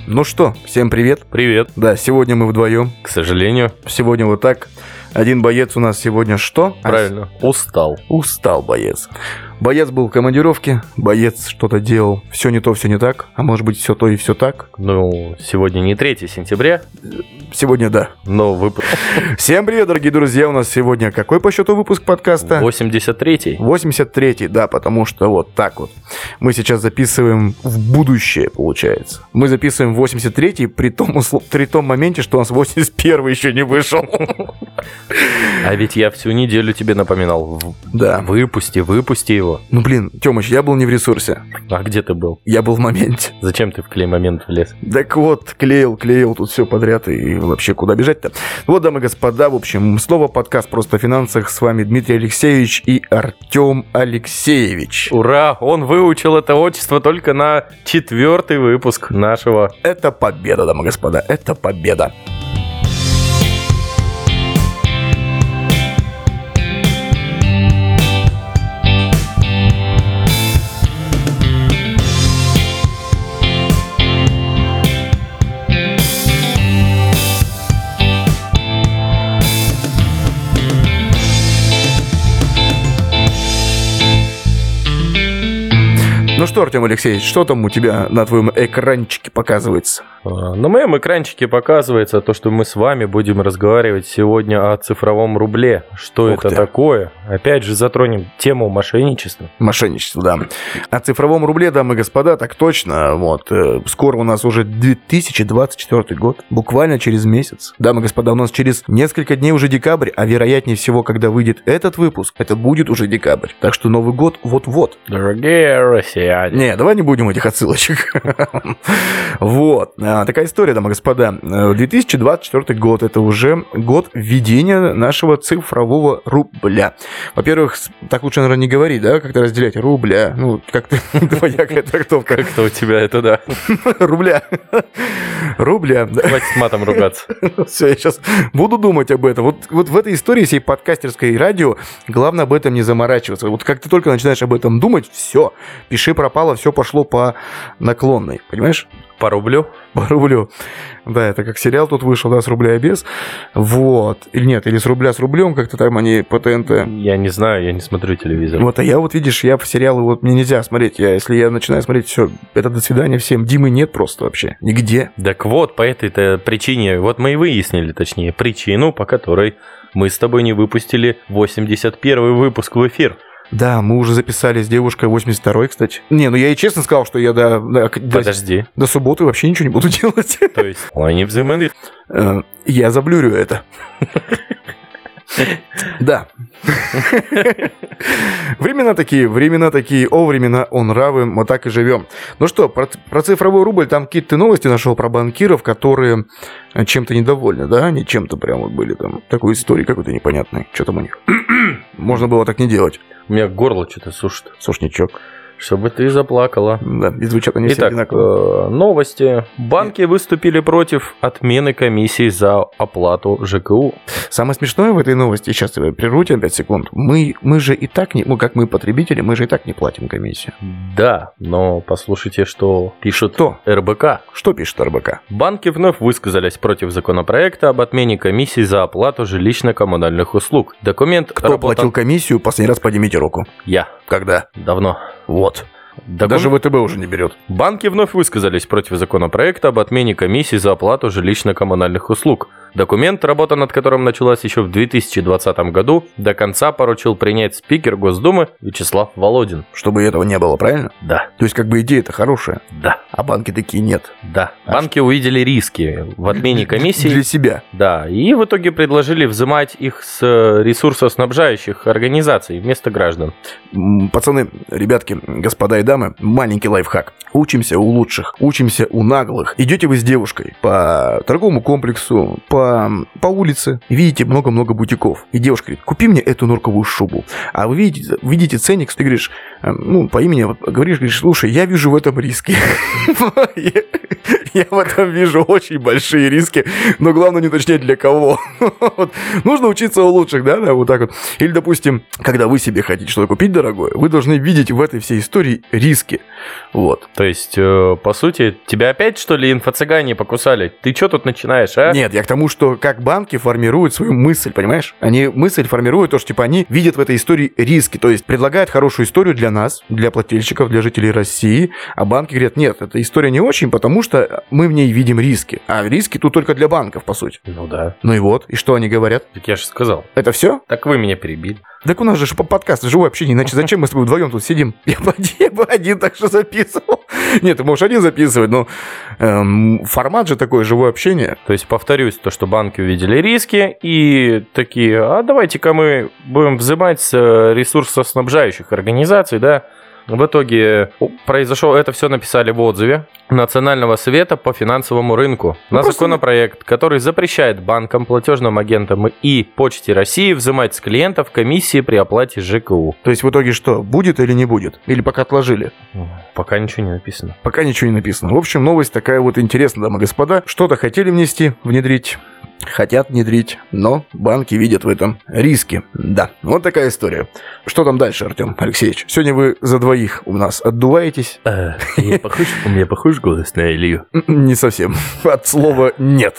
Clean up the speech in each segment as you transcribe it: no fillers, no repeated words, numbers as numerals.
Ну что, всем привет. Привет. Да, сегодня мы вдвоем. К сожалению. Сегодня вот так. Один боец у нас сегодня что? Правильно. Устал. Устал боец. Боец был в командировке, боец что-то делал. Все не то, все не так. А может быть, все то и все так. Ну, сегодня не 3 сентября. Сегодня да. Но выпуск. Всем привет, дорогие друзья. У нас сегодня какой по счету выпуск подкаста? 83-й. 83-й, да, потому что вот так вот. Мы сейчас записываем в будущее, получается. Мы записываем 83-й при том моменте, что у нас 81-й еще не вышел. А ведь я всю неделю тебе напоминал. Да. Выпусти его. Ну, блин, Тёмыч, я был не в ресурсе. А где ты был? Я был в моменте. Зачем ты в клей-момент влез? Так вот, клеил тут все подряд, и вообще куда бежать-то? Вот, дамы и господа, в общем, снова подкаст «Просто о финансах». С вами Дмитрий Алексеевич и Артем Алексеевич. Ура! Он выучил это отчество только на 4-й выпуск нашего. Это победа, дамы и господа, это победа. Ну что, Артем Алексеевич, что там у тебя на твоем экранчике показывается? На моем экранчике показывается то, что мы с вами будем разговаривать сегодня о цифровом рубле. Что Ух это ты. такое? Опять же затронем тему мошенничества. Мошенничество, да. О цифровом рубле, дамы и господа, так точно. Вот. Скоро у нас уже 2024 год. Буквально через месяц. Дамы и господа, у нас через несколько дней уже декабрь, а вероятнее всего, когда выйдет этот выпуск, это будет уже декабрь. Так что Новый год вот-вот. Дорогие россияне. Не, давай не будем этих отсылочек. Вот. Такая история, дамы и господа. 2024 год – это уже год введения нашего цифрового рубля. Во-первых, так лучше, наверное, не говорить, да? Как-то разделять рубля. Ну, как-то двоякая трактовка. Как-то у тебя это, да. Рубля. Рубля. Хватит матом ругаться. Все, я сейчас буду думать об этом. Вот в этой истории всей подкастерской и радио главное об этом не заморачиваться. Вот как ты только начинаешь об этом думать, все, пиши пропало, все пошло по наклонной. Понимаешь? По рублю? По рублю. Да, это как сериал тут вышел, да, с рубля и без. Вот. Или нет, или с рубля с рублем, как-то там они по ТНТ. Я не знаю, я не смотрю телевизор. Вот, а я вот, видишь, я в сериалы вот мне нельзя смотреть. Если я начинаю смотреть, все, это до свидания всем. Димы нет просто вообще. Нигде. Так вот, по этой-то причине, вот мы и выяснили, точнее, причину, по которой мы с тобой не выпустили 81-й выпуск в эфир. Да, мы уже записали с девушкой 82-й, кстати. Не, ну я ей честно сказал, что я Подожди. до субботы вообще ничего не буду делать. То есть, они взаимодействуют. Я заблюрю это. Да. Времена такие, о, времена, о, нравы, мы так и живем. Ну что, про цифровой рубль, там какие-то ты новости нашел про банкиров, которые чем-то недовольны, да? Они чем-то прям вот были там, такой истории какой-то непонятной. Что там у них? Можно было так не делать. У меня горло что-то сушит. Сушничок. Чтобы ты заплакала. Да, и звучат они все Итак, одинаково. новости. Банки выступили против отмены комиссий за оплату ЖКУ. Самое смешное в этой новости, сейчас я прерву тебя 5 секунд, мы же и так не, как мы потребители, мы же и так не платим комиссию. Да, но послушайте, что пишет Кто? РБК. Что пишет РБК? Банки вновь высказались против законопроекта об отмене комиссий за оплату жилищно-коммунальных услуг. Документ Кто платил комиссию, последний раз поднимите руку. Я. Когда? Давно. Вот. Даже ВТБ уже не берет. Банки вновь высказались против законопроекта об отмене комиссий за оплату жилищно-коммунальных услуг. Документ, работа над которым началась еще в 2020 году, до конца поручил принять спикер Госдумы Вячеслав Володин. Чтобы этого не было, правильно? Да. То есть, как бы идея-то хорошая. Да. А банки такие нет. Да. Банки увидели риски в отмене комиссий. Для себя. Да. И в итоге предложили взимать их с ресурсоснабжающих организаций вместо граждан. Пацаны, ребятки, господа и дамы, маленький лайфхак. Учимся у лучших, учимся у наглых. Идете вы с девушкой по торговому комплексу, по по улице, видите много-много бутиков. И девушка говорит, купи мне эту норковую шубу. А вы видите ценник, ты говоришь, по имени говоришь, слушай, я вижу в этом риски. Я в этом вижу очень большие риски, но главное не уточнять для кого. Нужно учиться у лучших, да, вот так вот. Или, допустим, когда вы себе хотите что-то купить дорогое, вы должны видеть в этой всей истории риски. Вот. То есть, по сути, тебя опять, что ли, инфо-цыгане покусали? Ты что тут начинаешь, а? Нет, я к тому, что как банки формируют свою мысль, понимаешь? Они мысль формируют то, что, типа, они видят в этой истории риски, то есть предлагают хорошую историю для нас, для плательщиков, для жителей России, а банки говорят, нет, эта история не очень, потому что мы в ней видим риски. А риски тут только для банков, по сути. Ну да. Ну и вот, и что они говорят? Так я же сказал. Это все? Так вы меня перебили. Так у нас же подкаст, живое общение, иначе зачем мы с тобой вдвоем тут сидим? Я бы один так что записывал. Нет, ты можешь один записывать, но формат же такое, живое общение. То есть, повторюсь, то, что банки увидели риски и такие, а давайте-ка мы будем взимать с ресурсоснабжающих организаций, да. В итоге произошло, это все написали в отзыве Национального совета по финансовому рынку на законопроект, который запрещает банкам, платежным агентам и Почте России взимать с клиентов комиссии при оплате ЖКУ. То есть в итоге что, будет или не будет? Или пока отложили? Пока ничего не написано. Пока ничего не написано. В общем, новость такая вот интересная, дамы и господа. Что-то хотели внедрить, хотят внедрить, но банки видят в этом риски. Да, вот такая история. Что там дальше, Артем Алексеевич? Сегодня вы за двоих у нас отдуваетесь? У меня похож голос на Илью? Не совсем. От слова «нет».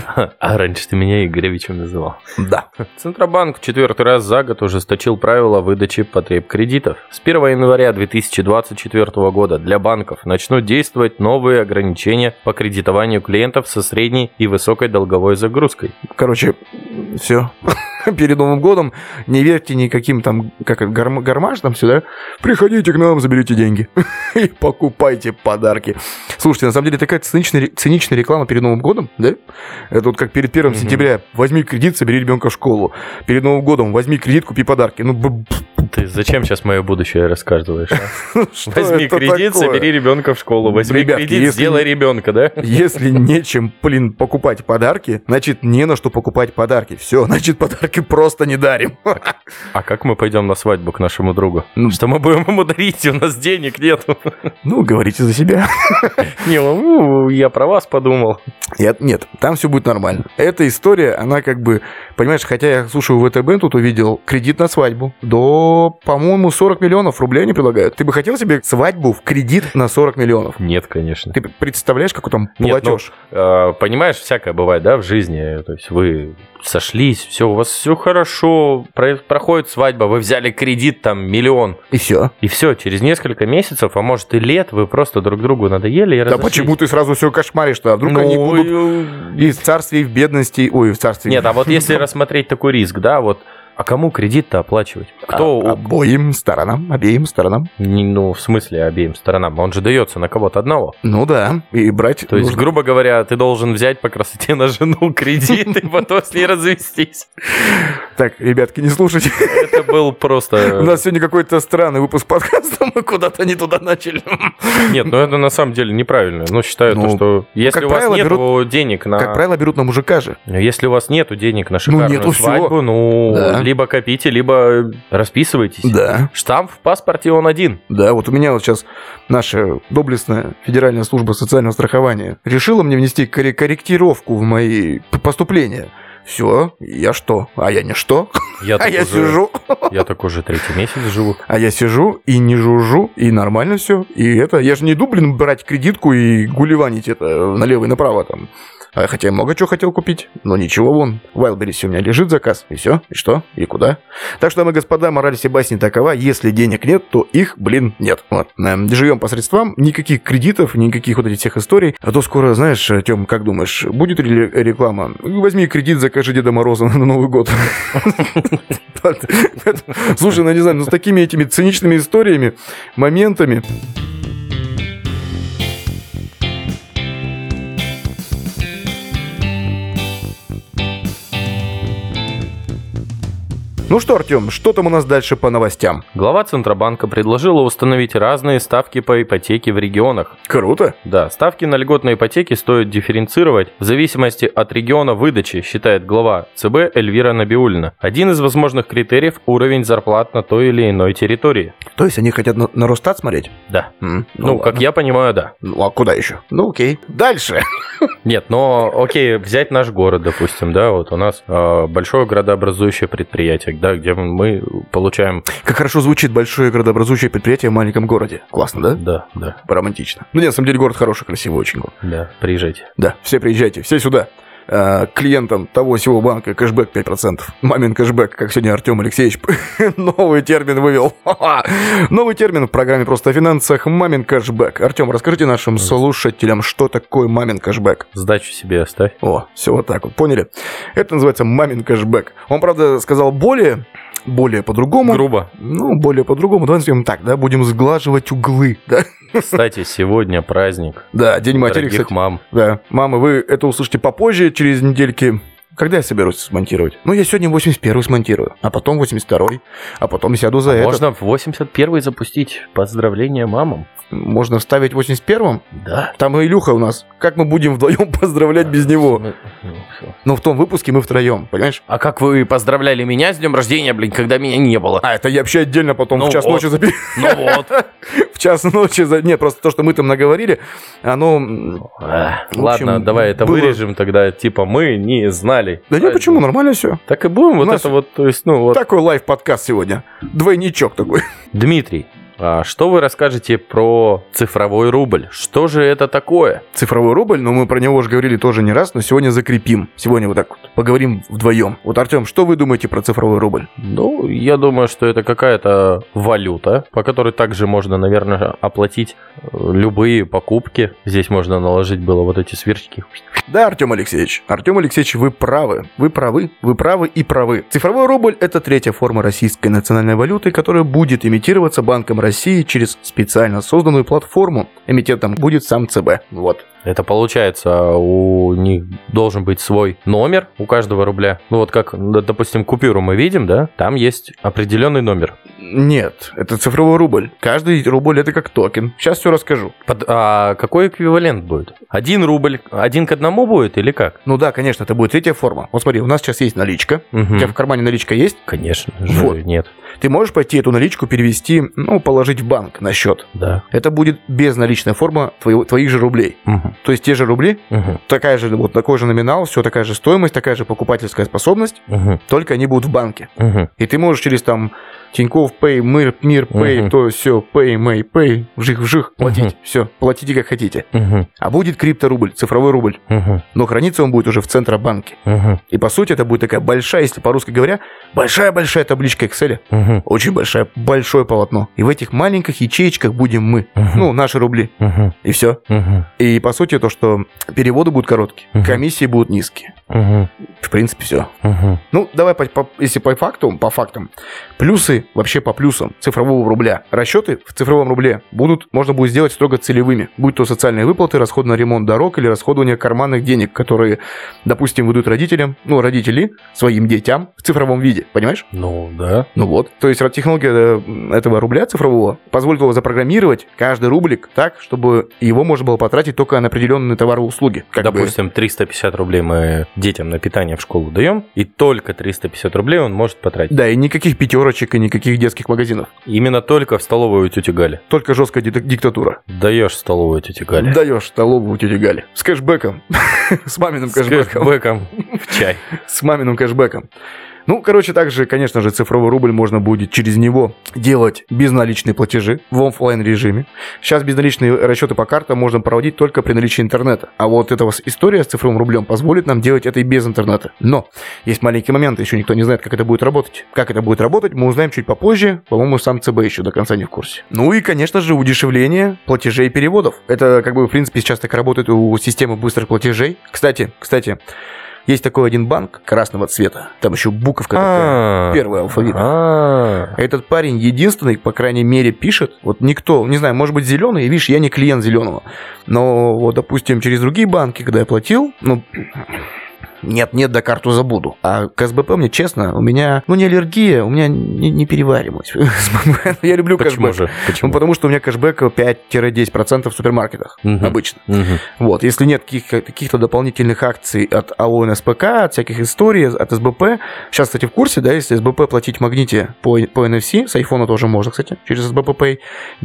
А раньше ты меня Игоревичем называл. Да. Центробанк в 4-й раз за год ужесточил правила выдачи потребкредитов. С 1 января 2024 года для банков начнут действовать новые ограничения по кредитованию клиентов со средней и высокой долговой загрузкой. Короче, все. Перед Новым годом не верьте никаким там, гармаш там сюда. Приходите к нам, заберите деньги и покупайте подарки. Слушайте, на самом деле такая циничная реклама перед Новым годом, да? Это вот как перед 1 сентября. Возьми кредит, собери ребенка в школу. Перед Новым годом возьми кредит, купи подарки. Ты зачем сейчас мое будущее рассказываешь? Возьми кредит, собери ребенка в школу. Возьми кредит, сделай ребенка, да? Если нечем, покупать подарки, значит, не на что покупать подарки. Все, значит, подарки просто не дарим. А как мы пойдем на свадьбу к нашему другу? Что мы будем ему дарить? У нас денег нету. Ну, говорите за себя. Не, я про вас подумал. Нет, там все будет нормально. Эта история, она как бы, понимаешь, хотя я слушаю ВТБ, тут увидел кредит на свадьбу до, по-моему, 40 миллионов рублей они предлагают. Ты бы хотел себе свадьбу в кредит на 40 миллионов? Нет, конечно. Ты представляешь, какой там платеж? Понимаешь, всякое бывает, да, в жизни. То есть вы сошлись, все, у вас все хорошо, проходит свадьба, вы взяли кредит там 1 миллион. И все. И все, через несколько месяцев, а может и лет, вы просто друг другу надоели и разошлись. Да почему ты сразу все кошмаришь-то? А вдруг они будут и в царстве, и в бедности, ой, в царстве... Нет, а вот если рассмотреть такой риск, да, вот, а кому кредит-то оплачивать? Кто? Обеим сторонам. Ну, в смысле обеим сторонам? Он же дается на кого-то одного. Ну да, и брать... То есть, грубо говоря, ты должен взять по красоте на жену кредит и потом с ней развестись. Так, ребятки, не слушайте. Это был просто... У нас сегодня какой-то странный выпуск подкаста, мы куда-то не туда начали. Нет, ну это на самом деле неправильно. Ну, считаю, что если у вас нету денег на... Как правило, берут на мужика же. Если у вас нету денег на шикарную свадьбу, либо копите, либо расписывайтесь. Да. Штамп в паспорте он один. Да, вот у меня вот сейчас наша доблестная Федеральная служба социального страхования решила мне внести корректировку в мои поступления. Все, я что? А я не что? Я сижу. Я так уже 3-й месяц живу. А я сижу и не жужжу, и нормально все. И это, я же не иду, брать кредитку и гуливанить это налево и направо там. Хотя я много чего хотел купить, но ничего, вон, в Wildberries у меня лежит заказ, и все, и что, и куда. Так что, дамы и господа, мораль всей басни такова: если денег нет, то их, нет. Вот. Живем по средствам, никаких кредитов, никаких вот этих всех историй. А то скоро, знаешь, Тём, как думаешь, будет ли реклама? Возьми кредит, закажи Деда Мороза на Новый год. Слушай, ну не знаю, с такими этими циничными историями, моментами... Ну что, Артем, что там у нас дальше по новостям? Глава Центробанка предложила установить разные ставки по ипотеке в регионах. Круто. Да, ставки на льготные ипотеки стоит дифференцировать в зависимости от региона выдачи, считает глава ЦБ Эльвира Набиуллина. Один из возможных критериев – уровень зарплат на той или иной территории. То есть они хотят на Росстат смотреть? Да. Ну, как я понимаю, да. Ну, а куда еще? Ну, окей. Дальше. Нет, но окей, взять наш город, допустим, да, вот у нас большое градообразующее предприятие, да, где мы получаем... Как хорошо звучит большое градообразующее предприятие в маленьком городе. Классно, да? Да. Романтично. Ну нет, на самом деле город хороший, красивый очень. Да, приезжайте. Да, все приезжайте, все сюда. Клиентам того сего банка кэшбэк 5%. Мамин кэшбэк, как сегодня Артем Алексеевич новый термин вывел. Новый термин в программе «Просто о финансах» – мамин кэшбэк. Артем, расскажите нашим слушателям, что такое мамин кэшбэк. Сдачу себе оставь. О, все вот так вот, поняли? Это называется мамин кэшбэк. Он, правда, сказал более по-другому. Грубо. Ну, более по-другому. Давай назовем так, да, будем сглаживать углы, да? Кстати, сегодня праздник. Да, День матери, дорогих кстати. мам. Да, мамы, вы это услышите попозже, через недельки. Когда я соберусь смонтировать? Ну, я сегодня 81-й смонтирую, а потом 82-й, а потом сяду за это. Можно в 81-й запустить поздравления мамам. Можно вставить в 81-м? Да. Там и Илюха у нас. Как мы будем вдвоем поздравлять без него? Ну, в том выпуске мы втроем, понимаешь? А как вы поздравляли меня с днем рождения, блин, когда меня не было? А, это я вообще отдельно потом в час вот. ночи запишу. Ну вот. В час ночи... Нет, просто то, что мы там наговорили, оно... Ладно, давай это вырежем тогда, типа мы не знали. Да нет, почему? Нормально все. Так и будем, вот это вот, то есть, ну вот. Такой лайв-подкаст сегодня. Двойничок такой. Дмитрий, а что вы расскажете про цифровой рубль? Что же это такое? Цифровой рубль, но мы про него уже говорили тоже не раз, но сегодня закрепим. Сегодня вот так вот поговорим вдвоем. Вот, Артем, что вы думаете про цифровой рубль? Ну, я думаю, что это какая-то валюта, по которой также можно, наверное, оплатить любые покупки. Здесь можно наложить было вот эти сверчки. Да, Артем Алексеевич, вы правы. Вы правы и правы. Цифровой рубль – это третья форма российской национальной валюты, которая будет имитироваться Банком России через специально созданную платформу. Эмитентом будет сам ЦБ. Вот. Это получается, у них должен быть свой номер у каждого рубля. Ну вот как, допустим, купюру мы видим, да? Там есть определенный номер. Нет, это цифровой рубль. Каждый рубль это как токен. Сейчас все расскажу. А какой эквивалент будет? 1 рубль 1 к 1 будет или как? Ну да, конечно, это будет третья форма. Вот смотри, у нас сейчас есть наличка. У тебя в кармане наличка есть? Конечно же, Вот. нет. Ты можешь пойти эту наличку перевести, ну, положить в банк на счет. Да. Это будет безналичная форма твоих же рублей. Угу. То есть те же рубли, Угу. такая же, вот такой же номинал, все такая же стоимость, такая же покупательская способность, Угу. только они будут в банке. Угу. И ты можешь через там Тинькофф Пэй, Мир Пэй, то все, Пэй, Мэй, Пэй, вжих платить. Все, платите как хотите. Угу. А будет крипторубль, цифровой рубль. Угу. Но храниться он будет уже в Центробанке. Угу. И по сути это будет такая большая, если по-русски говоря, большая-большая табличка Excel. Угу. Очень большое полотно. И в этих маленьких ячеечках будем мы. Ну, наши рубли. Угу. И все. Угу. И по сути то, что переводы будут короткие, Мгм. комиссии будут низкие. Угу. В принципе, все. Угу. Ну, давай, если по фактам, плюсы вообще по плюсам цифрового рубля. Расчеты в цифровом рубле можно будет сделать строго целевыми. Будь то социальные выплаты, расходы на ремонт дорог или расходование карманных денег, которые, допустим, выдают родители своим детям в цифровом виде. Понимаешь? Ну, да. Ну вот. То есть технология этого рубля цифрового позволит его запрограммировать каждый рублик так, чтобы его можно было потратить только на определенные товары и услуги. Допустим, 350 рублей мы детям на питание в школу даем, и только 350 рублей он может потратить. Да, и никаких пятерочек, и никаких детских магазинов. Именно только в столовую у тети Гали. Только жесткая диктатура. Даешь в столовую тети Гали. Даешь столовую у тети Гали. С кэшбэком. С маминым С кэшбэком. кэшбэком в чай. С маминым кэшбэком. Ну, короче, также, конечно же, цифровой рубль можно будет через него делать безналичные платежи в оффлайн режиме. Сейчас безналичные расчеты по картам можно проводить только при наличии интернета. А вот эта история с цифровым рублем позволит нам делать это и без интернета. Но есть маленький момент, еще никто не знает, как это будет работать. Как это будет работать, мы узнаем чуть попозже. По-моему, сам ЦБ еще до конца не в курсе. Ну и, конечно же, удешевление платежей и переводов. Это, в принципе, сейчас так работает у системы быстрых платежей. Кстати, есть такой один банк красного цвета. Там еще буковка такая. Первый алфавит. Этот парень единственный, по крайней мере, пишет. Вот никто, не знаю, может быть, зеленый. И видишь, я не клиент зеленого. Но вот, допустим, через другие банки, когда я платил, Нет, да карту забуду. А к СБП мне, честно, у меня, не аллергия, у меня не перевариваемость. Я люблю Почему кэшбэк. же? Почему? Потому что у меня кэшбэк 5-10% в супермаркетах обычно. Вот, если нет каких-то дополнительных акций от АО НСПК, от всяких историй, от СБП. Сейчас, кстати, в курсе, да, если СБП платить в Магните по NFC, с айфона тоже можно, кстати, через СБП Pay,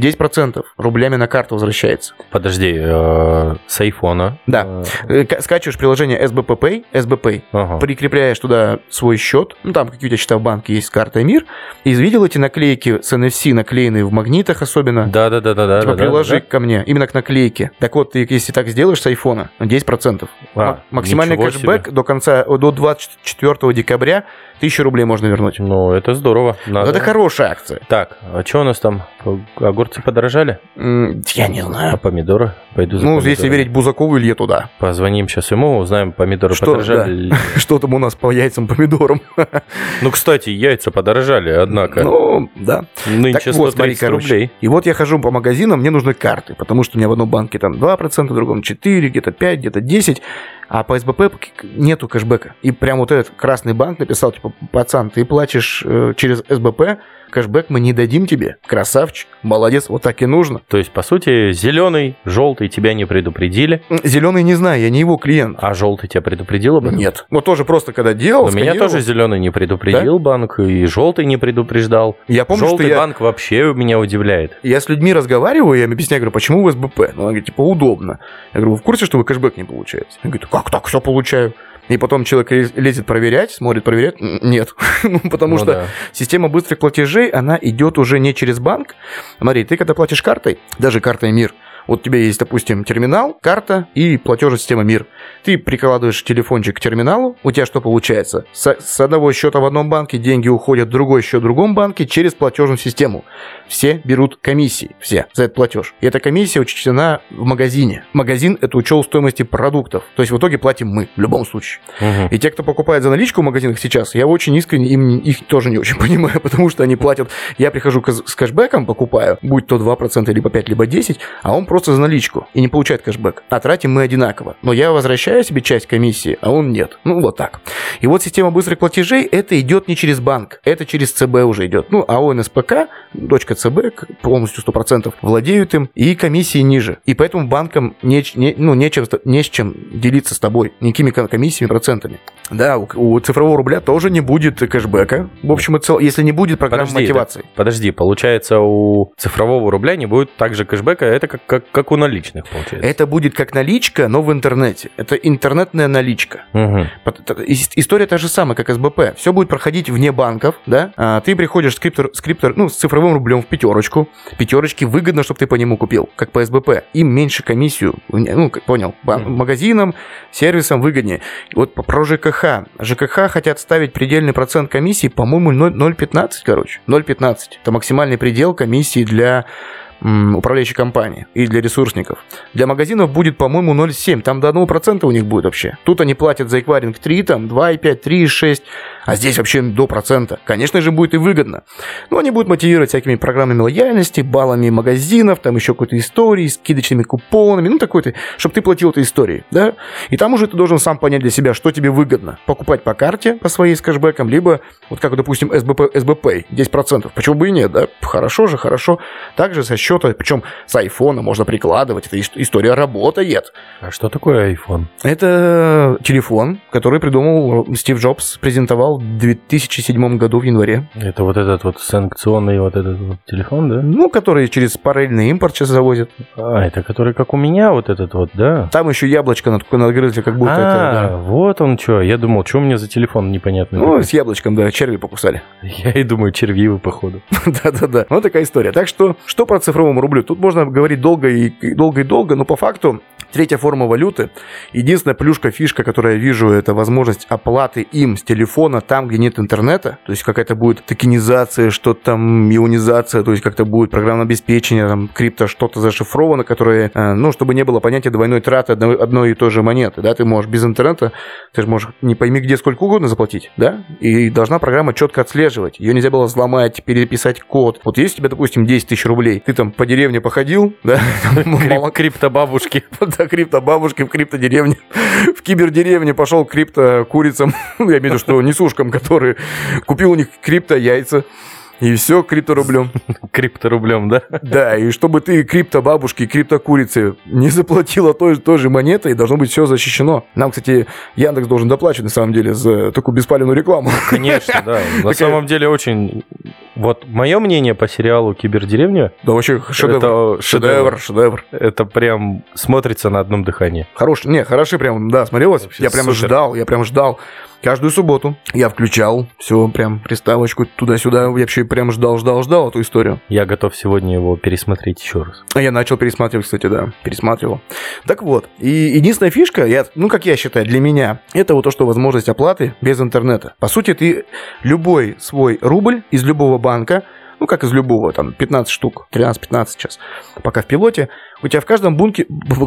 10% рублями на карту возвращается. Подожди, с айфона? Да. Скачиваешь приложение СБП Pay, Ага. прикрепляешь туда свой счет, там какие у тебя счета в банке есть с картой МИР, и видел эти наклейки с NFC, наклеенные в магнитах особенно? Да. Приложи ко мне, именно к наклейке. Так вот, ты, если так сделаешь с айфона, 10%. Максимальный кэшбэк до 24 декабря 1000 рублей можно вернуть. Ну, это здорово. Надо. Это хорошая акция. Так, а что у нас там? Огурцы подорожали? Я не знаю. А помидоры? Пойду за помидорами. Если верить Бузакову, Илье туда. Позвоним сейчас ему, узнаем, помидоры подорожали. Да. Что там у нас по яйцам, помидорам? Ну, кстати, яйца подорожали, однако. Ну, да. Нынче 130 рублей. И вот я хожу по магазинам, мне нужны карты, потому что у меня в одном банке там 2%, в другом 4%, где-то 5%, где-то 10%, а по СБП нету кэшбэка. И прям вот этот красный банк написал, типа, пацан, ты платишь через СБП, кэшбэк мы не дадим тебе. Красавчик, молодец, вот так и нужно. То есть, по сути, зеленый, желтый тебя не предупредили. Зеленый не знаю, я не его клиент. А желтый тебя предупредил об этом? Нет. Вот тоже просто когда делал, меня тоже зеленый не предупредил, да? Банк, и желтый не предупреждал. Я помню, желтый что банк вообще меня удивляет. Я с людьми разговариваю, я им объясняю, говорю, почему вы СБП? Ну, она говорит, типа, удобно. Я говорю, вы в курсе, что вы кэшбэк не получаете? Он говорит, как так, все получаю? И потом человек лезет проверять, смотрит, проверяет. Нет. Потому что система быстрых платежей, она идет уже не через банк. Смотри, ты когда платишь картой, даже картой МИР, вот у тебя есть, допустим, терминал, карта и платежная система МИР. Ты прикладываешь телефончик к терминалу, у тебя что получается? С одного счета в одном банке деньги уходят в другой счет в другом банке через платежную систему. Все берут комиссии, все, за этот платеж. И эта комиссия учтена в магазине. Магазин – это учет стоимости продуктов. То есть в итоге платим мы, в любом случае. И те, кто покупает за наличку в магазинах сейчас, я очень искренне их тоже не очень понимаю, потому что они платят... Я прихожу с кэшбэком, покупаю, будь то 2%, либо 5%, либо 10%, а он просто за наличку и не получает кэшбэк. А тратим мы одинаково. Но я возвращаю себе часть комиссии, а он нет. Ну, вот так. И вот система быстрых платежей, это идет не через банк, это через ЦБ уже идет. Ну, АО НСПК, дочка ЦБ, полностью 100% владеют им, и комиссии ниже. И поэтому банкам не с чем делиться с тобой, никакими комиссиями, процентами. Да, у цифрового рубля тоже не будет кэшбэка, в общем и целом, если не будет программы мотивации. Подожди, получается, у цифрового рубля не будет также кэшбэка, это как у наличных, получается. Это будет как наличка, но в интернете. Это интернетная наличка. История та же самая, как СБП. Все будет проходить вне банков, да? Ты приходишь с цифровым рублем в пятерочку. Пятерочки выгодно, чтобы ты по нему купил, как по СБП. Им меньше комиссию, как понял, магазинам, сервисам выгоднее. Вот про ЖКХ. ЖКХ хотят ставить предельный процент комиссии, по-моему, 0,15, короче. 0,15. Это максимальный предел комиссии для управляющей компании и для ресурсников. Для магазинов будет, по-моему, 0,7. Там до 1% у них будет вообще. Тут они платят за эквайринг 3, там 2,5, 3,6, а здесь вообще до процента. Конечно же, будет и выгодно. Но они будут мотивировать всякими программами лояльности, баллами магазинов, там еще какой-то историей, скидочными купонами, такой-то, чтобы ты платил этой историей, да? И там уже ты должен сам понять для себя, что тебе выгодно. Покупать по карте, по своей с кэшбэком, либо, вот как, допустим, СБП 10%. Почему бы и нет, да? Хорошо же, хорошо. Также со счета, причем с айфона можно прикладывать, эта история работает. А что такое iPhone? Это телефон, который придумал Стив Джобс, презентовал в 2007 году в январе. Это вот этот вот санкционный вот этот вот телефон, да? Который через параллельный импорт сейчас завозят. Это который как у меня вот этот вот, да? Там еще яблочко надгрызли, как будто это... Да. Вот он что. Я думал, что у меня за телефон непонятный. С яблочком, да, черви покусали. Я и думаю, червивы, походу. Да-да-да. Вот такая история. Так что про цифровому рублю? Тут можно говорить долго и долго, но по факту третья форма валюты. Единственная плюшка-фишка, которую я вижу, это возможность оплаты им с телефона там, где нет интернета. То есть какая-то будет токенизация, что-то там, ионизация, то есть как-то будет программное обеспечение, там, крипто, что-то зашифровано, которое, чтобы не было понятия двойной траты одной и той же монеты, да, ты можешь без интернета, ты же можешь не пойми где сколько угодно заплатить, да, и должна программа четко отслеживать, ее нельзя было взломать, переписать код. Вот есть у тебя, допустим, 10 тысяч рублей, ты там по деревне походил, да, криптобабушки. криптобабушке в криптодеревне. В кибердеревне пошел к крипто-курицам, я имею в виду, что несушкам, которые купил у них крипто-яйца. И все крипторублем. Крипторублем, да? Да, и чтобы ты криптобабушке, криптокурице не заплатила той же монетой, должно быть все защищено. Нам, кстати, Яндекс должен доплачивать, на самом деле, за такую беспалевную рекламу. Конечно, да. На самом деле очень... Вот мое мнение по сериалу «Кибердеревня». Да вообще шедевр. Это прям смотрится на одном дыхании. Хороший прям, да, смотрелось. Я прям ждал. Каждую субботу я включал, все, прям приставочку туда-сюда. Я вообще прям ждал эту историю. Я готов сегодня его пересмотреть еще раз. Я начал пересматривать, кстати, да, пересматривал. Так вот, и единственная фишка, как я считаю, для меня, это вот то, что возможность оплаты без интернета. По сути, ты любой свой рубль из любого банка, как из любого, там, 15 штук, 13-15 сейчас, пока в пилоте, у тебя в каждом банке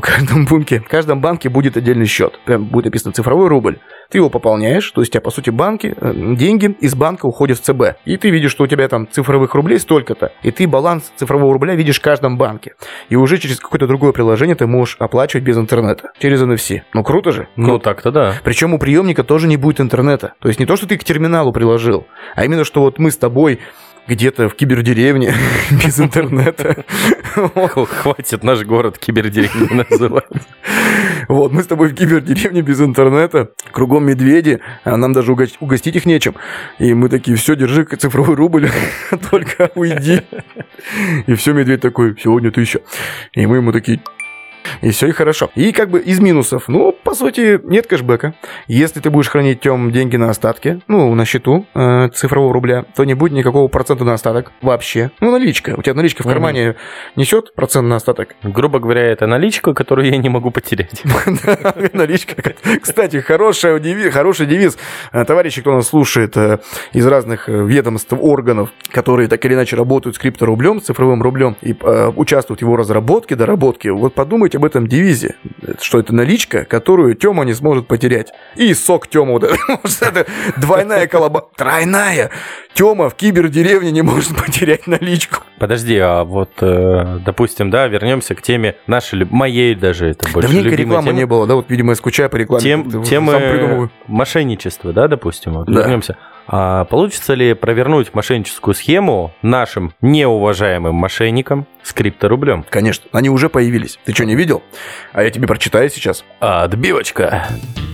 будет отдельный счет. Прям будет написано цифровой рубль. Ты его пополняешь, то есть у тебя, по сути, деньги из банка уходят в ЦБ. И ты видишь, что у тебя там цифровых рублей столько-то. И ты баланс цифрового рубля видишь в каждом банке. И уже через какое-то другое приложение ты можешь оплачивать без интернета. Через NFC. Круто же? Ну, так-то да. Причем у приемника тоже не будет интернета. То есть не то, что ты к терминалу приложил, а именно, что вот мы с тобой где-то в кибердеревне без интернета. Хватит наш город кибердеревней называть. Вот, мы с тобой в кибердеревне без интернета, кругом медведи, а нам даже угостить их нечем. И мы такие, все, держи цифровой рубль, только уйди. И все, медведь такой, сегодня 1000. И мы ему такие... И все, и хорошо. И как бы из минусов, по сути, нет кэшбэка. Если ты будешь хранить, Тём, деньги на остатке, на счету цифрового рубля, то не будет никакого процента на остаток вообще. Наличка. У тебя наличка в кармане несет процент на остаток? Грубо говоря, это наличка, которую я не могу потерять. Наличка. Кстати, хороший девиз. Товарищи, кто нас слушает из разных ведомств, органов, которые так или иначе работают с крипторублем, с цифровым рублем и участвуют в его разработке, доработке, вот подумайте об этом девизе, что это наличка, которую Тёма не сможет потерять. И сок Тёма, вот это двойная коллаба, тройная. Тёма в кибердеревне не может потерять наличку. Подожди, а вот, допустим, да, вернемся к теме моей даже, это больше любимой темы. Рекламы не было, да, вот, видимо, я скучаю по рекламе. Темы мошенничества, да, допустим, вот, да. Вернемся. А получится ли провернуть мошенническую схему нашим неуважаемым мошенникам с крипторублем? Конечно, они уже появились. Ты что, не видел? А я тебе прочитаю сейчас. Отбивочка.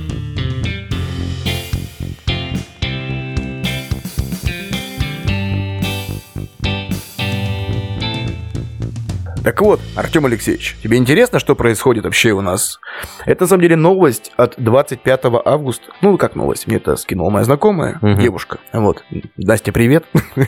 Так вот, Артем Алексеевич, тебе интересно, что происходит вообще у нас? Это, на самом деле, новость от 25 августа. Как новость? Мне это скинула моя знакомая, девушка. Вот. Настя, привет.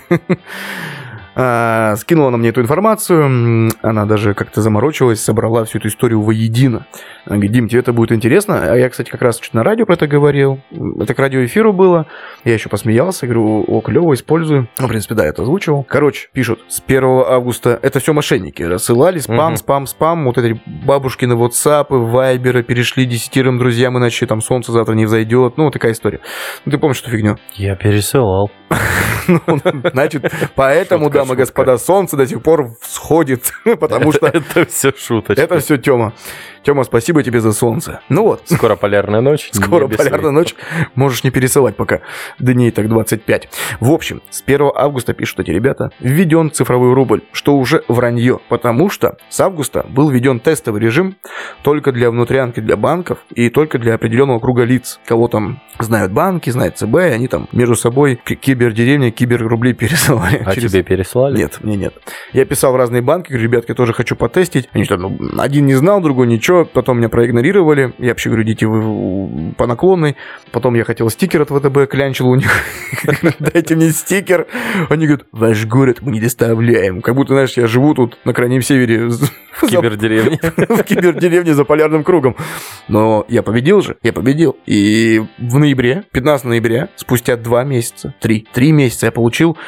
Скинула она мне эту информацию, она даже как-то заморочилась, собрала всю эту историю воедино. Она говорит, Дим, тебе это будет интересно? А я, кстати, как раз чуть на радио про это говорил. Это к радиоэфиру было. Я еще посмеялся, говорю, клево, использую. В принципе, да, я это озвучивал. Короче, пишут, с 1 августа, это все мошенники, рассылали спам, вот эти бабушкины WhatsApp, Вайберы перешли 10 друзьям, иначе там солнце завтра не взойдет. Такая история. Ты помнишь эту фигню? Я пересылал. Значит, поэтому, дамы и господа, солнце до сих пор всходит, потому что... Это все шуточка. Это все Тёма. Тёма, спасибо тебе за солнце. Скоро полярная ночь. Скоро полярная ночь. Можешь не пересылать пока. Дней так 25. В общем, с 1 августа, пишут эти ребята, введен цифровой рубль, что уже вранье, потому что с августа был введен тестовый режим только для внутрянки, для банков и только для определенного круга лиц. Кого там знают банки, знают ЦБ, и они там между собой кибердеревня, киберрубли пересылали. А тебе переслали? Нет, мне нет. Я писал в разные банки, говорю, ребятки, я тоже хочу потестить. Они что, один не знал, другой ничего. Потом меня проигнорировали. Я вообще говорю, идите вы по наклонной. Потом я хотел стикер от ВТБ, клянчил у них. Дайте мне стикер. Они говорят, ваш город мы не доставляем. Как будто, знаешь, я живу тут на крайнем севере. В кибердеревне. В кибердеревне за полярным кругом. Но я победил же. Я победил. И в ноябре, 15 ноября, спустя 2 месяца, 3 месяца я получил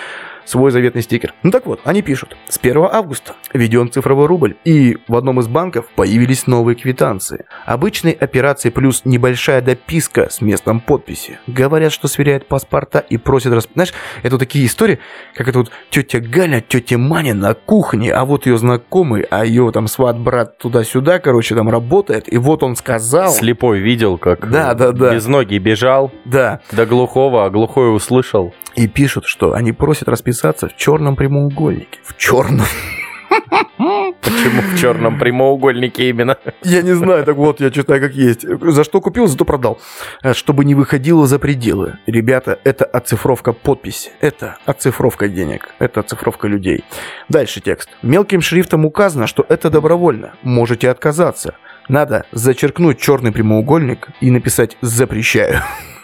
свой заветный стикер. Ну так вот, они пишут. С 1 августа введен цифровой рубль, и в одном из банков появились новые квитанции. Обычные операции плюс небольшая дописка с местом подписи. Говорят, что сверяют паспорта и просят... Знаешь, это вот такие истории, как это вот тетя Галя, тетя Маня на кухне, а вот ее знакомый, а ее там сват-брат туда-сюда, короче, там работает, и вот он сказал... Слепой видел, как без ноги бежал до глухого, а глухой услышал. И пишут, что они просят расписаться в черном прямоугольнике. В черном. Почему в черном прямоугольнике именно? Я не знаю, так вот, я читаю как есть. За что купил, зато продал. Чтобы не выходило за пределы. Ребята, это оцифровка подписи. Это оцифровка денег. Это оцифровка людей. Дальше текст. Мелким шрифтом указано, что это добровольно. Можете отказаться. Надо зачеркнуть черный прямоугольник и написать «запрещаю».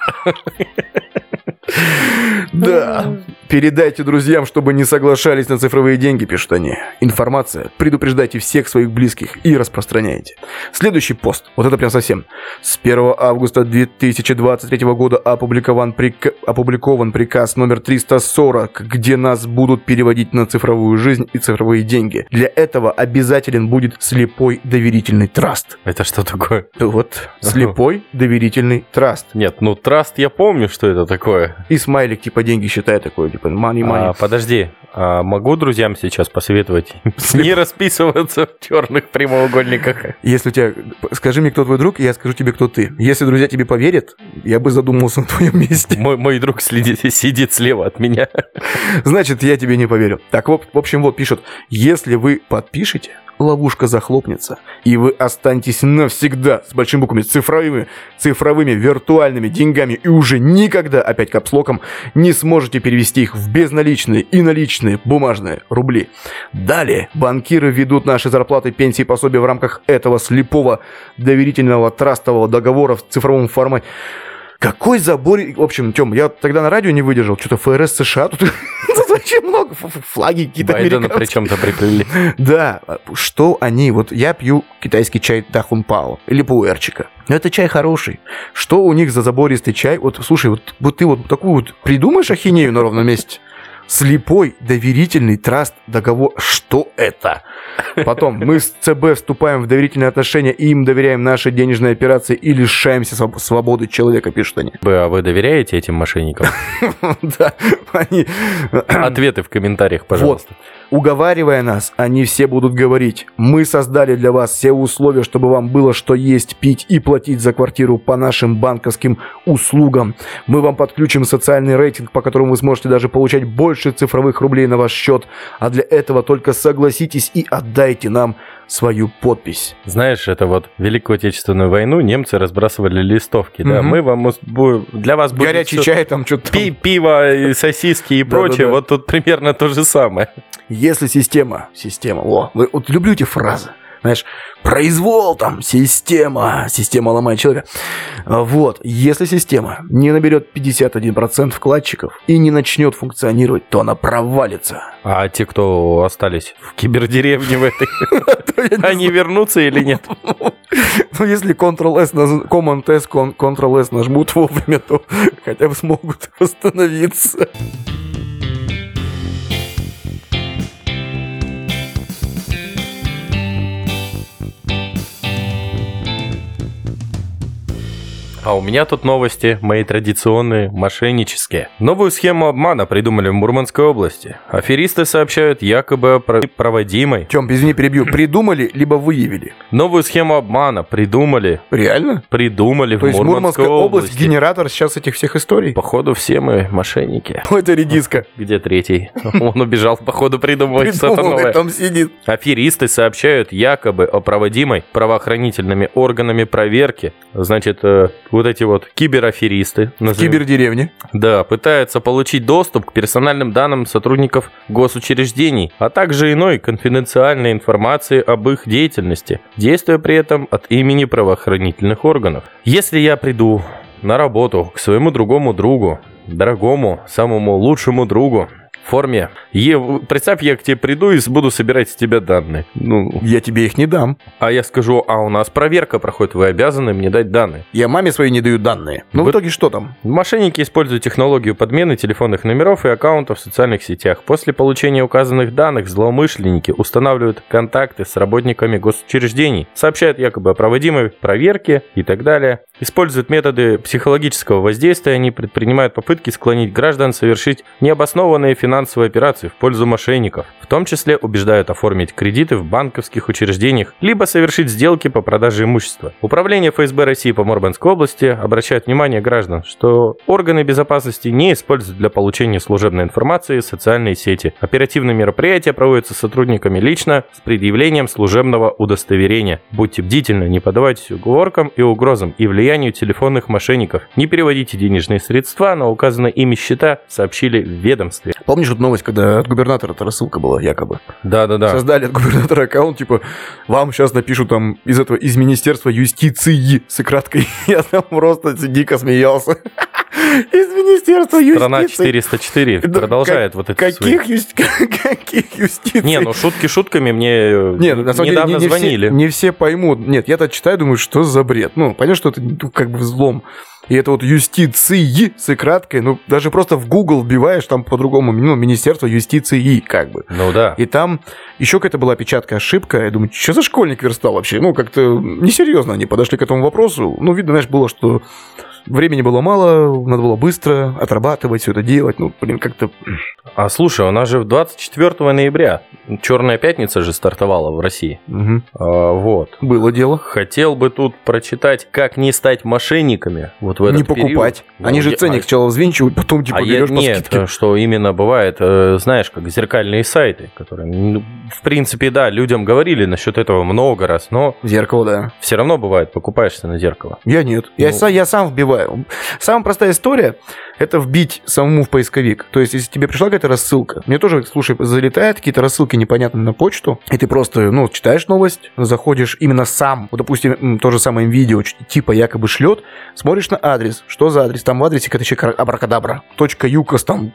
Да, передайте друзьям, чтобы не соглашались на цифровые деньги, пишут они. Информация, предупреждайте всех своих близких и распространяйте. Следующий пост, вот это прям совсем. С 1 августа 2023 года опубликован приказ номер 340, где нас будут переводить на цифровую жизнь и цифровые деньги. Для этого обязателен будет слепой доверительный траст. Это что такое? Вот, слепой доверительный траст. Нет, ну траст я помню, что это такое. И смайлик типа деньги считает такой, типа money. Подожди, могу друзьям сейчас посоветовать не расписываться в черных прямоугольниках? Если у тебя... Скажи мне, кто твой друг, и я скажу тебе, кто ты. Если друзья тебе поверят, я бы задумался на твоем месте. Мой друг сидит слева от меня. Значит, я тебе не поверю. Так, в общем, вот пишут. Если вы подпишете, ловушка захлопнется, и вы останетесь навсегда с большими буквами цифровыми виртуальными деньгами и уже никогда, опять капслоком, не сможете перевести их в безналичные и наличные бумажные рубли. Далее банкиры ведут наши зарплаты, пенсии и пособия в рамках этого слепого доверительного трастового договора в цифровом формате. Какой забор... В общем, Тём, я тогда на радио не выдержал. Что-то ФРС США тут очень много. Флаги какие-то американские. Байдена причем-то приплели. Да. Что они... Вот я пью китайский чай Дахунпао или пуэрчика. Но это чай хороший. Что у них за забористый чай? Вот, слушай, вот ты вот такую вот придумаешь ахинею на ровном месте? Слепой доверительный траст договор. Что это? Потом мы с ЦБ вступаем в доверительные отношения и им доверяем наши денежные операции и лишаемся свободы человека, пишут они. А вы доверяете этим мошенникам? Да, они... Ответы в комментариях, пожалуйста. Уговаривая нас, они все будут говорить: мы создали для вас все условия, чтобы вам было что есть, пить и платить за квартиру по нашим банковским услугам. Мы вам подключим социальный рейтинг, по которому вы сможете даже получать больше цифровых рублей на ваш счет. А для этого только согласитесь и отдайте нам свою подпись. Знаешь, это вот Великую Отечественную войну немцы разбрасывали листовки, да, мы вам для вас будет горячий чай, там что-то пиво, и сосиски и прочее, вот тут примерно то же самое. Если система, вот люблю эти фразы. Знаешь, произвол там, система ломает человека. Вот, если система не наберет 51% вкладчиков и не начнет функционировать, то она провалится. А те, кто остались в кибердеревне в этой, они вернутся или нет? Ну, если Ctrl-S, Command-S, Ctrl-S нажмут вовремя, то хотя бы смогут восстановиться. А у меня тут новости, мои традиционные, мошеннические. Новую схему обмана придумали в Мурманской области. Аферисты сообщают якобы о проводимой... Тём, извини, перебью. Придумали, либо выявили? Новую схему обмана придумали. Реально? Придумали в Мурманской Мурманская область генератор сейчас этих всех историй? Походу все мы мошенники. Это редиска. Где третий? Он убежал, походу, придумывать что-то новое. Там сидит. Аферисты сообщают якобы о проводимой правоохранительными органами проверки. Значит, вот эти вот кибераферисты. В кибердеревне. Да, пытаются получить доступ к персональным данным сотрудников госучреждений, а также иной конфиденциальной информации об их деятельности, действуя при этом от имени правоохранительных органов. Если я приду на работу к своему другому другу, дорогому, самому лучшему другу, В форме. Представь, я к тебе приду и буду собирать с тебя данные. Ну, Я тебе их не дам. а я скажу, а у нас проверка проходит, вы обязаны мне дать данные. Я маме своей не даю данные. Ну, в Вот. итоге что там? Мошенники используют технологию подмены телефонных номеров и аккаунтов в социальных сетях. После получения указанных данных злоумышленники устанавливают контакты с работниками госучреждений, сообщают якобы о проводимой проверке и так далее. Используют методы психологического воздействия, они предпринимают попытки склонить граждан совершить необоснованные финансовые операции в пользу мошенников. В том числе убеждают оформить кредиты в банковских учреждениях, либо совершить сделки по продаже имущества. Управление ФСБ России по Мурманской области обращает внимание граждан, что органы безопасности не используют для получения служебной информации социальные сети. Оперативные мероприятия проводятся сотрудниками лично с предъявлением служебного удостоверения. Будьте бдительны, не поддавайтесь уговоркам и угрозам и влиянию телефонных мошенников. Не переводите денежные средства на указанные ими счета, сообщили в ведомстве. Помнишь вот новость, когда от губернатора-то рассылка была, якобы? Да-да-да. Создали от губернатора аккаунт, типа, вам сейчас напишут там из Министерства юстиции с краткой. Я там просто дико смеялся. Из Министерства юстиции. Страна 404 продолжает вот это Каких юстиций? Не, ну шутки шутками мне на самом недавно деле, звонили. Не все поймут. Нет, я-то читаю, думаю, что за бред. Ну, понятно, что это как бы взлом. И это вот юстиции с краткой, ну, даже просто в Google вбиваешь, там по-другому, ну, Министерство юстиции, как бы. Ну да. И там еще какая-то была опечатка, ошибка. Я думаю, что за школьник верстал вообще? Ну, как-то несерьезно они подошли к этому вопросу. Ну, видно, знаешь, было, что времени было мало, надо было быстро отрабатывать, все это делать. Ну, блин, как-то... А слушай, у нас же 24 ноября Черная пятница же стартовала в России. Угу. Вот. Было дело. Хотел бы тут прочитать, как не стать мошенниками вот в этот Не покупать. период. Они же ценник сначала взвинчивают, потом типа берешь по нет, скидке. что именно бывает, знаешь, как зеркальные сайты, которые, ну, в принципе, да, людям говорили насчет этого много раз, но Зеркало, да. все равно бывает, покупаешься на зеркало. Я нет. Ну. Я сам вбиваю. Самая простая история – это вбить самому в поисковик. То есть, если тебе пришла какая-то рассылка, мне тоже, слушай, залетают какие-то рассылки непонятные на почту, и ты просто, ну, читаешь новость, заходишь именно сам, вот, допустим, то же самое видео, типа якобы шлет, смотришь на адрес. Что за адрес? Там в адресе какая-то еще абракадабра. .юкос, там,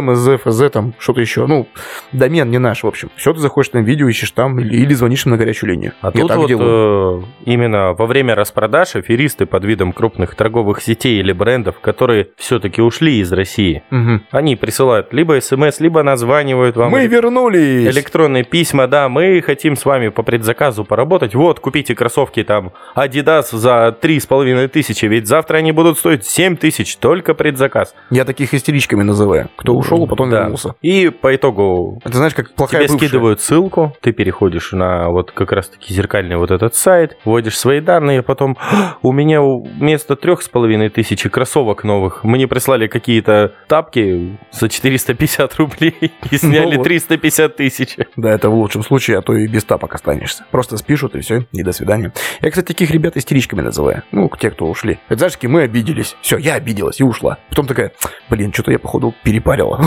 UZ, там, что-то еще. Ну, домен не наш, в общем. Все, ты заходишь на видео, ищешь там, или звонишь им на горячую линию. А Я тут так вот делаю. именно во время распродаж аферисты под видом крупных торговых сетей или брендов, которые все-таки ушли из России, Мгм. они присылают либо СМС, либо названивают вам Мы вернулись! электронные письма, да, мы хотим с вами по предзаказу поработать, вот, купите кроссовки там Adidas за 3500, ведь завтра они будут стоить 7000, только предзаказ. Я таких истеричками называю. Кто ушел, а потом Да. вернулся. И по итогу Это знаешь, как плохая тебе бывшая. скидывают ссылку, ты переходишь на вот как раз-таки зеркальный вот этот сайт, вводишь свои данные, потом у меня вместо 3500 кроссовок новых мне прислали какие-то тапки за 450 рублей и сняли вот. 350 тысяч. Да, это в лучшем случае, а то и без тапок останешься. Просто спишут, и все, и до свидания. Я, кстати, таких ребят истеричками называю. Ну, те, кто ушли. Это, знаешь, мы обиделись. Все, я обиделась и ушла. Потом такая, блин, что-то я, походу, перепарила.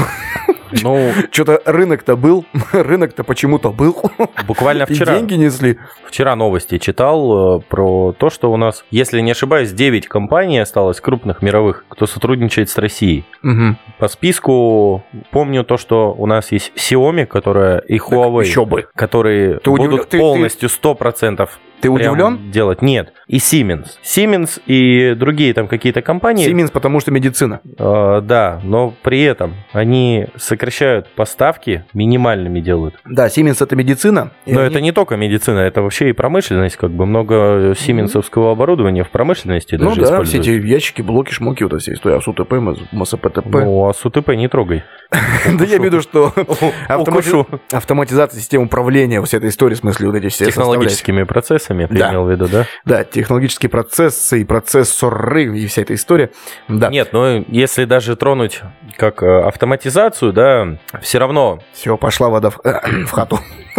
Ну, Что-то рынок-то был, рынок-то почему-то был. буквально И вчера. деньги несли. Вчера новости читал про то, что у нас, если не ошибаюсь, 9 компаний осталось крупных мировых, кто сотрудничает с Россией. Угу. По списку помню то, что у нас есть Xiaomi, которая и Huawei, Еще бы. которые Ты удивлен- будут ты- полностью 100% Ты прям удивлен? делать. Нет. И Siemens. Siemens и другие там какие-то компании. Siemens, потому что медицина. Да, но при этом они сокращают поставки, минимальными делают. Да, Siemens это медицина. и Но они- это не только медицина, это вообще и промышленность, как бы много сименсовского оборудования в промышленности Ну даже да, все используют. эти ящики, блоки, шмоки, вот эта вся история. СУТП, МСПТП. Ну, а с УТП не трогай. Да я имею в виду, что Укушу. автоматизация систем управления, вся эта история, в смысле, вот эти все Технологическими процессами, ты Да. имел в виду, да? Да, технологические процессы и процессоры и вся эта история. Да, Нет, но если даже тронуть как автоматизацию, да, все равно. все, пошла вода в хату.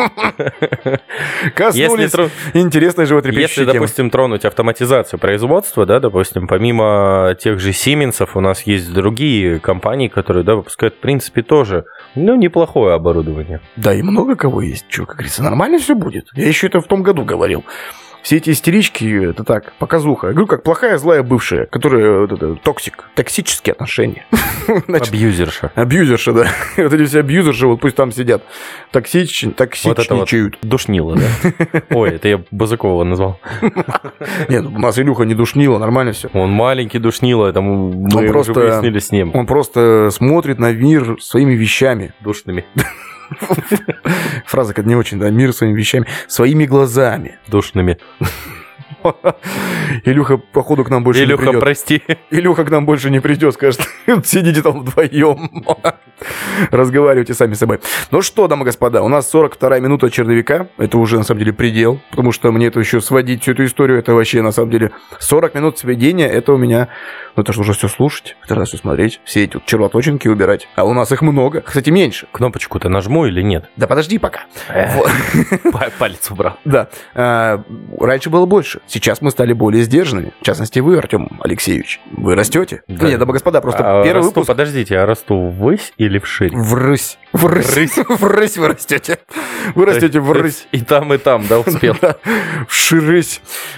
Если, Коснулись интересной животрепещущей если, темы. допустим, тронуть автоматизацию производства, да, допустим, помимо тех же Сименсов, у нас есть другие компании, которые, да, выпускают, в принципе, тоже, ну, неплохое оборудование. Да, и много кого есть. Че, как говорится, нормально все будет. Я еще это в том году говорил. Все эти истерички, это так, показуха. Я говорю, как плохая, злая бывшая, которая токсические отношения. Абьюзерша. Абьюзерша, да. Вот эти все абьюзерши, вот пусть там сидят. Токсичничают. Вот душнило, да? Ой, это я Базыкова назвал. Нет, у нас Илюха не душнило, нормально все. Он маленький душнило, это мы уже выяснили с ним. Он просто смотрит на мир своими вещами. Душными. Фраза как не очень, да, мир своими вещами. Своими глазами. Душными. Илюха, походу, к нам больше не придет. Илюха, прости. Илюха к нам больше не придет, скажет, сидите там вдвоем, разговаривайте сами с собой. Ну что, дамы и господа, у нас 42-я минута черновика, это уже, на самом деле, предел, потому что мне это еще сводить всю эту историю, это вообще, на самом деле, 40 минут сведения, это у меня, ну это же уже все слушать, это надо все смотреть, все эти вот червоточинки убирать, а у нас их много, кстати, меньше. Кнопочку-то нажму или нет? Да подожди пока. Палец убрал. Да, раньше было больше. Сейчас мы стали более сдержанными. В частности, вы, Артем Алексеевич. Вы растете? Да. Нет, дамы и господа, просто первый выпуск... Подождите, я расту ввысь или вширь? Врысь. Врысь вы растете. Вы растете врысь. И там, да, успел. Вширысь,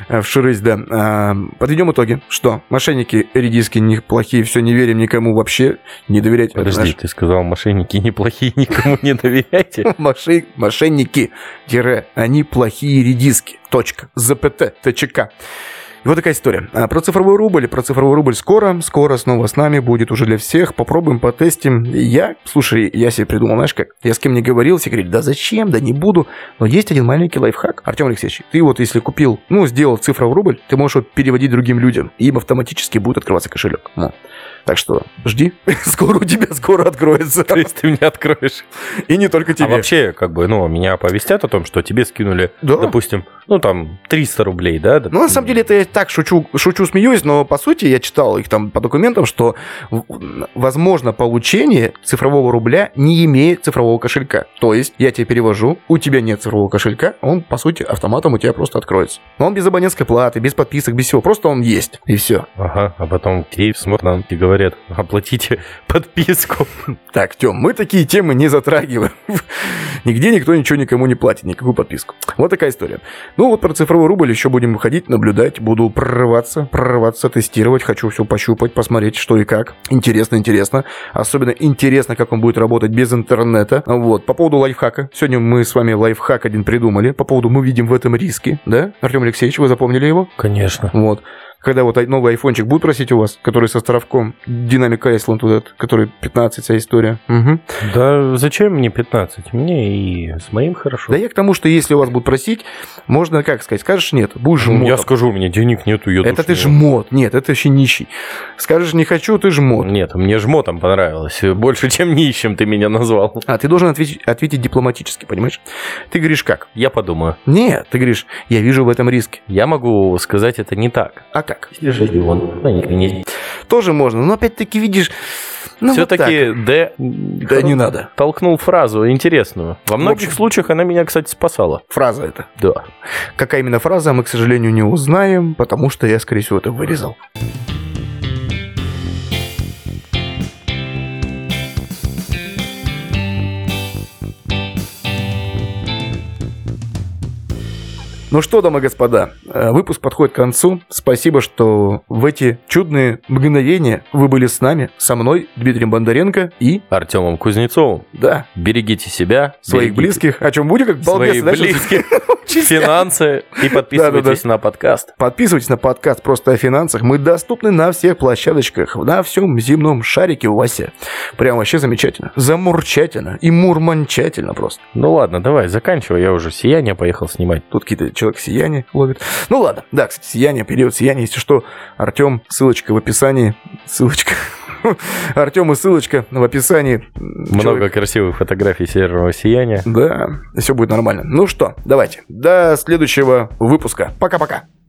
да. Подведем итоги. Что? Мошенники редиски неплохие, все, не верим никому вообще, не доверяйте. Подожди, ты сказал, мошенники неплохие, никому не доверяйте? Мошенники, они плохие редиски. Точка. ЗПТ. ТЧК. И вот такая история. Про цифровой рубль скоро снова с нами будет уже для всех. Попробуем, потестим. Я себе придумал, знаешь как? Я с кем не говорил, все говорили, да зачем, да не буду. Но есть один маленький лайфхак. Артем Алексеевич, ты вот если купил, сделал цифровой рубль, ты можешь его переводить другим людям. И им автоматически будет открываться кошелек. Так что жди, скоро откроется. То есть ты мне откроешь. И не только тебе. А вообще, меня оповестят о том, что тебе скинули, допустим, 300 рублей, да? На самом деле, это я так шучу, смеюсь, но по сути я читал их там по документам, что возможно получение цифрового рубля, не имея цифрового кошелька. То есть я тебе перевожу, у тебя нет цифрового кошелька, он по сути автоматом у тебя просто откроется. Но он без абонентской платы, без подписок, без всего, просто он есть, и все. Ага, а потом смотрят нам и говорят, оплатите подписку. Так, Тём, мы такие темы не затрагиваем. Нигде никто ничего никому не платит, никакую подписку. Вот такая история. Про цифровой рубль еще будем ходить, наблюдать, буду прорываться, тестировать, хочу все пощупать, посмотреть, что и как. Интересно. Особенно интересно, как он будет работать без интернета. По поводу лайфхака. Сегодня мы с вами лайфхак один придумали. По поводу мы видим в этом риски, да? Артем Алексеевич, вы запомнили его? Конечно. Когда новый айфончик будут просить у вас, который со островком Dynamic Island, который 15, вся история. Угу. Да зачем мне 15? Мне и с моим хорошо. Да я к тому, что если у вас будут просить, можно, как сказать, скажешь нет, будешь жмотом. Я скажу, у меня денег нету, я это ты жмот. Нет, это еще нищий. Скажешь не хочу, ты жмот. Нет, мне жмотом понравилось. Больше, чем нищим ты меня назвал. Ты должен ответить дипломатически, понимаешь? Ты говоришь как? Я подумаю. Нет, ты говоришь, я вижу в этом риск. Я могу сказать это не так. А как? Если же он, тоже можно, но опять-таки видишь... Все-таки да не надо. Толкнул фразу интересную. Во многих случаях она меня, кстати, спасала. Фраза это? Да. Какая именно фраза, мы, к сожалению, не узнаем, потому что я, скорее всего, это вырезал. Ну что, дамы и господа, выпуск подходит к концу. Спасибо, что в эти чудные мгновения вы были с нами, со мной, Дмитрием Бондаренко и Артемом Кузнецовым. Да. Берегите себя, своих близких. О чем будем как балбесы, своих близких, финансы и подписывайтесь на подкаст. Подписывайтесь на подкаст «Просто о финансах». Мы доступны на всех площадочках, на всем земном шарике у Вася. Прям вообще замечательно. Замурчательно и мурманчательно просто. Ну ладно, давай, заканчивай. Я уже «Сияние» поехал снимать. Тут какие-то человек «Сияние» ловит. Ну ладно. Да, кстати, «Сияние», период «Сияния». Если что, Артем, ссылочка в описании. Артем и ссылочка в описании. Много красивых фотографий северного сияния. Да, все будет нормально. Ну что, давайте. До следующего выпуска. Пока-пока.